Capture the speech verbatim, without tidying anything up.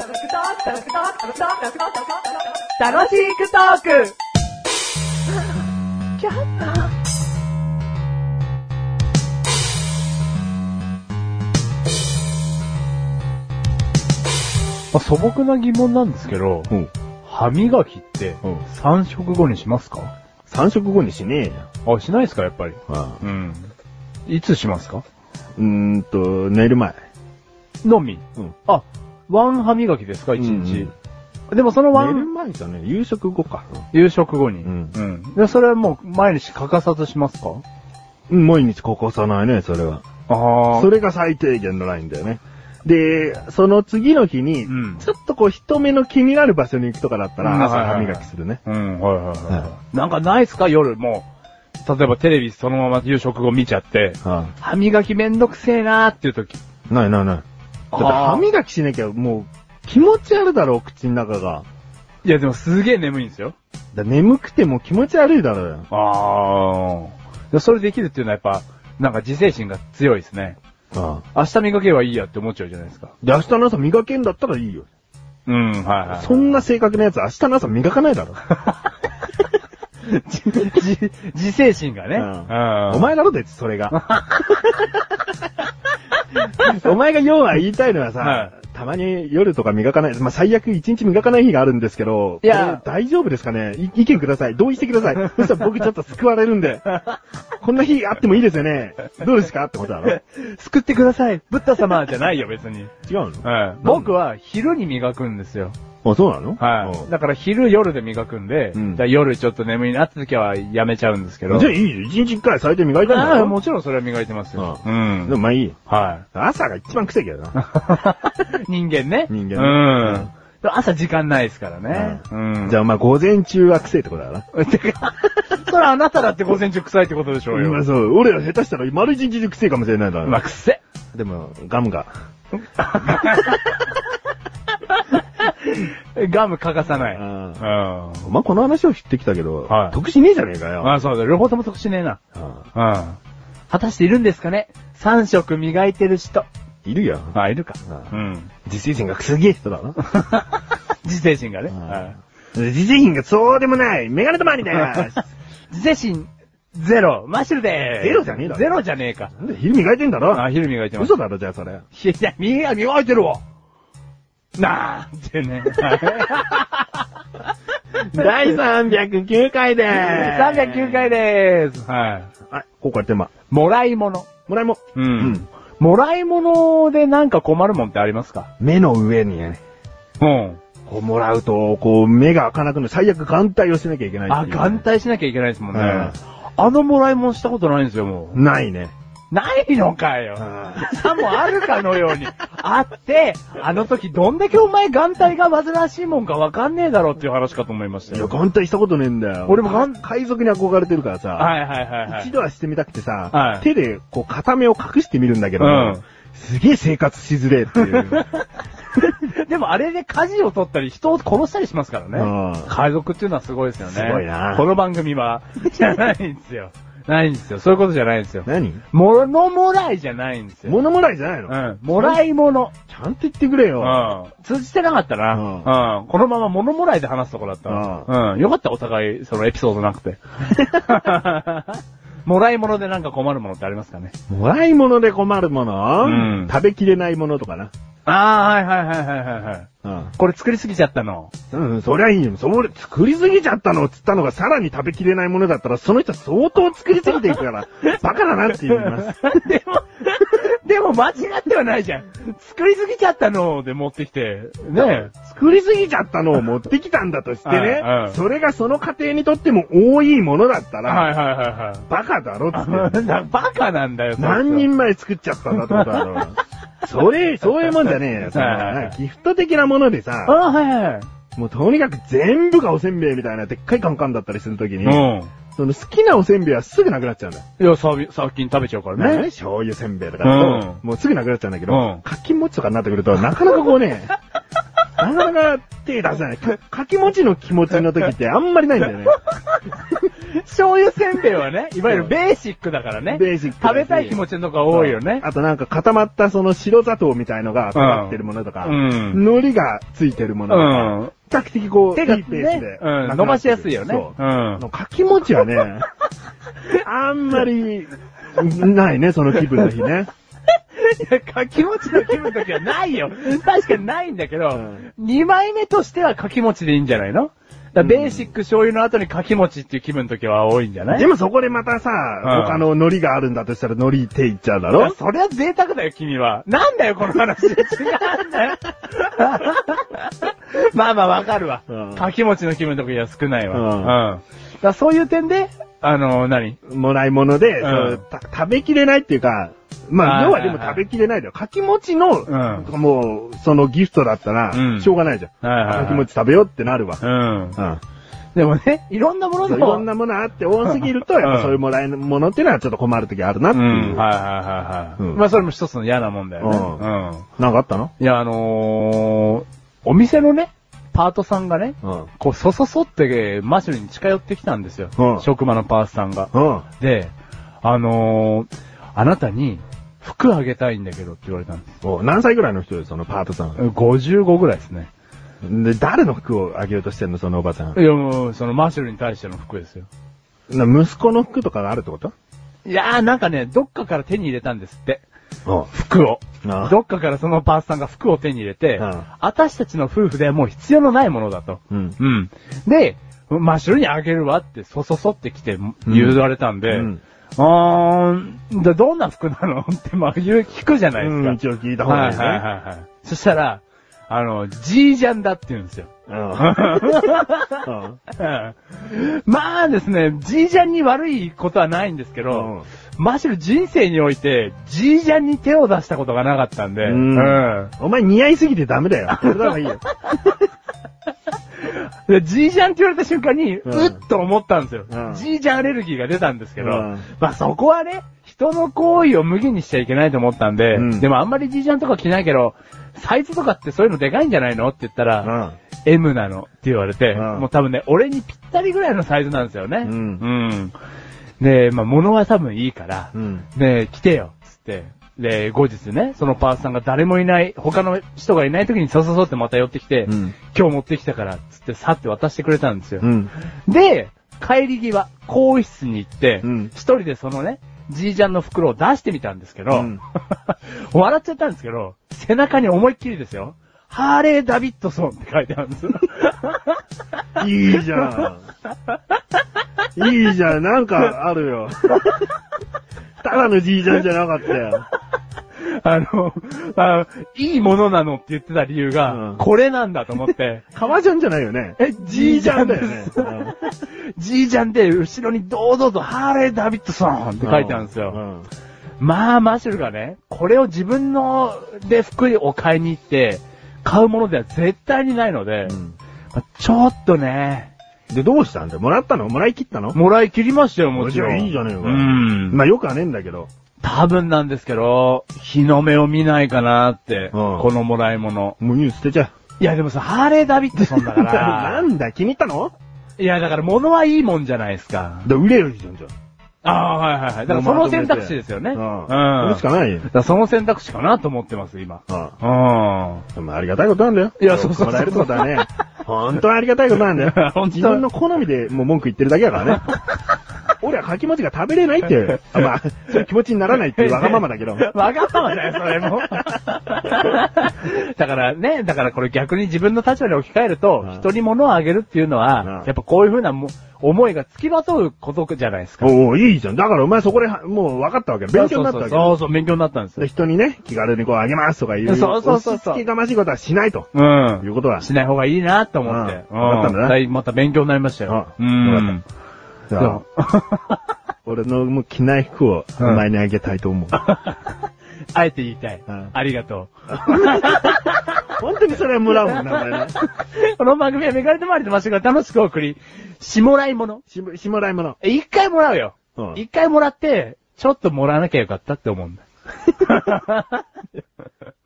楽しくトーク素朴な疑問なんですけど、 うん、 歯磨きってさん食後にしますか？ さん食後にしねえよ。 あ、しないですかやっぱり。 ああ、 うん。いつしますか？ うーんと、寝る前。 のみ。 うん。 あ、ワン歯磨きですか一日、 うんうん。 でもそのワン、 寝る前じゃねえ、夕食後か。 夕食後に。 うん。 うん。で、それはもう毎日欠かさずしますか？ うん、毎日欠かさないね、それは。 ああ。 それが最低限のラインだよね。で、その次の日に、うん、ちょっとこう人目の気になる場所に行くとかだったら、朝歯磨きするね。 うん、はいはいはい。はい、なんかないっすか夜もう、例えばテレビそのまま夕食後見ちゃって、はあ、歯磨きめんどくせえなーっていう時。 ないないない。だって歯磨きしなきゃもう気持ち悪いだろ、口の中が。 いやでもすげえ眠いんですよ。 だ眠くても気持ち悪いだろよ。 ああ。それできるっていうのはやっぱ、なんか自制心が強いですね。ああ、明日磨けばいいやって思っちゃうじゃないですか。 で、明日の朝磨けんだったらいいよ。 うん、はいはい、はい。 そんな性格なやつ明日の朝磨かないだろ。 自, 自制心がね。うん、 お前だろで、それが。お前が要は言いたいのはさ、はい、たまに夜とか磨かない、まあ、最悪一日磨かない日があるんですけど、いや、大丈夫ですかね？意見ください。同意してください。そしたら僕ちょっと救われるんで。こんな日あってもいいですよね。どうですかってことだろ？ 救ってください。ブッダ様じゃないよ、別に。 違うの？ はい。僕は昼に磨くんですよ。 あ、そうなの？ はい。だから昼夜で磨くんで、うん、だ夜ちょっと眠いなって時はやめちゃうんですけど。 じゃあいいよ。一日一回最低磨いてんだろ？ ああ、もちろんそれは磨いてますよ。 うん。でもまあいい。 はい。 朝が一番癖けどな。 人間ね。 人間ね。 うん。朝時間ないですからね。 うん。じゃあまあ午前中は癖ってことだな。 てか、それあなただって午前中臭いってことでしょうよ。 まあそう。俺ら下手したら丸一日で癖かもしれないだろ。 まあ癖。 でも、ガムが。 ガム欠かさない。うん。 まあ、この話を知ってきたけど、はい、得しねえじゃねえかよ。 ああ、そうだ。両方とも得しねえな。うん。果たしているんですかね？三食磨いてる人。 いるよ。 あ、いるか。 うん。自制心がすげえ人だな。 自制心がね。 自制心がそうでもない。メガネとマニだよ。 自制心、ゼロ。マッシュルでーす。 ゼロじゃねえだろ。 ゼロじゃねえか。 なんで昼磨いてんだろ？ あ、昼磨いてます。 嘘だろ、じゃあそれ。 いや、磨、磨いてるわ。なーってね。 だいさんびゃくきゅうかいでーす。 さんびゃくきゅうかいでーす。はい。 はい、ここはテーマ。 もらい物。 もらい物。 うん。うん。もらい物でなんか困るもんってありますか？ 目の上にね。 うん。 こうもらうと、こう目が開かなくなる。最悪眼帯をしなきゃいけない、ね。 あ、眼帯しなきゃいけないですもんね。うん、あのもらい物したことないんですよ、もう。ないね。 ないのかよ。さもあるかのように。あって、あの時どんだけお前眼帯が煩わしいもんかわかんねえだろっていう話かと思いましたよ。 いや、眼帯したことねえんだよ。俺も眼、海賊に憧れてるからさ。 はいはいはい、はい。 一度はしてみたくてさ、はい、手でこう片目を隠してみるんだけど、うん、すげえ生活しづれえっていう。 でもあれで舵を取ったり人を殺したりしますからね。うん、海賊っていうのはすごいですよね。 すごいな。 この番組は、じゃないんですよ。ないんですよ。そういうことじゃないんですよ。 何？ 物もらいじゃないんですよ。 物もらいじゃないの？ うん。もらい物。 ちゃんと言ってくれよ。 うん。通じてなかったな。うん。うん。このまま物もらいで話すとこだったら。うん。うん。よかった、お互い、そのエピソードなくて。もらい物でなんか困るものってありますかね？ もらい物で困るもの？うん。食べきれないものとかな。 ああ、はいはいはいはいはい。うん。これ作りすぎちゃったの。 うん、そりゃいいよ。それ、作りすぎちゃったのっつったのがさらに食べきれないものだったら、その人は相当作りすぎていくから、バカだなって言います。 でも、でも間違ってはないじゃん。作りすぎちゃったので持ってきて、ねえ。 作りすぎちゃったのを持ってきたんだとしてね、はいはい、それがその家庭にとっても多いものだったら、 はいはいはいはい、 バカだろっつって。 バカなんだよ、 何人前作っちゃったんだってことだろう。それ、そういうもんじゃねえよ。そのギフト的なものでさ、 あ、はいはいはい、 もうとにかく全部がおせんべいみたいなでっかいカンカンだったりするときに、 うん、 その好きなおせんべいはすぐなくなっちゃうんだよ。 いや、さ、最近食べちゃうからね。 ね、醤油せんべいとかだと、うん、もうすぐなくなっちゃうんだけど、うん、かき餅とかになってくると、なかなかこうね、なかなか手出せない。かき餅の気持ちの時ってあんまりないんだよね。 醤油せんべいはね、いわゆるベーシックだからね。 ベーシック。 食べたい気持ちのとこ多いよね。 あとなんか固まったその白砂糖みたいのがかかってるものとか、うん、海苔がついてるものとか、うん、比較的こう、手がいいペースで、ね、 うん、伸ばしやすいよね。 そう。うん。かき餅はね、あんまり、ないね、その気分の日ね。 いや、かき餅の気分の時はないよ。確かにないんだけど、うん、にまいめとしてはかき餅でいいんじゃないの？だベーシック醤油の後にかき餅っていう気分の時は多いんじゃない？ でもそこでまたさ、うん、他の海苔があるんだとしたら海苔手いっちゃうだろ？いや、 それは贅沢だよ、君は。なんだよ、この話。違うんだよ。まあまあわかるわ。うん、かき餅の気分の時は少ないわ。うん。うん、だそういう点で、あのー、何？ もらい物で、うん、食べきれないっていうか、まあ、要はでも食べきれないだよ。かき餅の、うん、もう、そのギフトだったら、うん、しょうがないじゃん。はいはいはい、かき餅食べようってなるわ。うん。うん。 でもね、いろんなものでも。 いろんなものあって多すぎると、やっぱそういうもらい物っていうのはちょっと困る時あるなっていう。うん、 はいはいはいはい。うん、まあ、それも一つの嫌なもんだよね。うん。うん、 なんかあったの？ いや、あのー、お店のね、パートさんがね、うん、こう、そそそってマシュルに近寄ってきたんですよ。うん、職場のパートさんが。うん、で、あのー、あなたに服あげたいんだけどって言われたんです。 お何歳ぐらいの人です、そのパートさん。 ごじゅうごぐらいですね。 で、誰の服をあげようとしてんの、そのおばさん。 いや、もう、そのマシュルに対しての服ですよ。 な息子の服とかがあるってこと？ いやー、なんかね、どっかから手に入れたんですって。服を。どっかからそのパートさんが服を手に入れて、私たちの夫婦ではもう必要のないものだと。うん。うん。で、マッシュルにあげるわって、そそそってきて言われたんで、うん、あーん、でどんな服なのってまあ言う、聞くじゃないですか。 うん、一応聞いた方がいいね。はいはいはい、はい。そしたら、あの、ジージャンだって言うんですよ。うん、まあですね、ジージャンに悪いことはないんですけど、うん、マシュル人生において、ジージャンに手を出したことがなかったんで、うん。うん、 お前似合いすぎてダメだよ。それだがいいよ。 ジージャンって言われた瞬間に、うん、うっと思ったんですよ。うん、ジージャンアレルギーが出たんですけど、うん、まあそこはね、人の行為を無限にしちゃいけないと思ったんで、うん、でもあんまりジージャンとか着ないけど、サイズとかってそういうのでかいんじゃないのって言ったら、うん、エム なのって言われて、うん、もう多分ね、俺にぴったりぐらいのサイズなんですよね。うん。うん、で、まあ物は多分いいから、うん、で、着てよ、つって。で、後日ね、そのパートさんが誰もいない、他の人がいない時にそそそってまた寄ってきて、うん、今日持ってきたから、つってさって渡してくれたんですよ。うん、で、帰り際、更衣室に行って、うん、一人でそのね、じいちゃんの袋を出してみたんですけど、うん、笑っちゃったんですけど、背中に思いっきりですよ、ハーレー・ダビッドソンって書いてあるんですよ。 いいじゃん。いいじゃん、なんかあるよ。ただのじいちゃんじゃなかったよ。 あの、あ、いいものなのって言ってた理由が、うん、これなんだと思って。 革ジャンじゃないよね。 え、じいちゃんだよね。じいちゃんで後ろに堂々とハーレー・ダビッドソンって書いてあるんですよ。うんうん、まあ、マシュルがね、これを自分ので服を買いに行って、買うものでは絶対にないので、うんまあ、ちょっとね。 で、どうしたんだよ？もらったの？もらい切ったの？ もらい切りましたよ、もちろん。 いいじゃねえか。うん。まあ、よくはねえんだけど。 多分なんですけど、日の目を見ないかなって、うん、このもらい物。 もうニュース捨てちゃう。いやでもさ、ハーレー・ダビッドソンだから。 なんだ、気に入ったの？ いやだから物はいいもんじゃないですか。 だ売れよ、じゃん、じゃん。 ああ、はいはいはい。だからその選択肢ですよね。うん。うん。 それしかないよ。 だからその選択肢かなと思ってます、今。うん。うん。 でもありがたいことなんだよ。 いや、そうそうそう。 もらえるってことはね。本当はありがたいことなんだよ。自分の好みでもう文句言ってるだけだからね。俺はかき餅が食べれないって、あまあ、そういう気持ちにならないっていうわがままだけど。 わがままだよ、それも。だからね、だからこれ逆に自分の立場に置き換えると、人に物をあげるっていうのは、やっぱこういう風なも思いが付きまとうことじゃないですか。 おお、いいじゃん。だからお前そこでもう分かったわけだ。勉強になったわけだ。 そうそう、勉強になったんですよ。 人にね、気軽にこうあげますとか言う。 そうそうそう。 押し付けがましいことはしないと。うん。いうことは。 しない方がいいなと思って。 分かったんだな。 また勉強になりましたよ。 うん。じゃあ、俺のもう着ない服をお前にあげたいと思う。 あえて言いたい。ありがとう。 本当にそれはもらうもん、名前ね。 この番組はめがれてまいりましたが楽しくお送り、しもらいもの。 し、しもらいもの。 一回もらうよ。一回もらって、ちょっともらわなきゃよかったって思うんだ。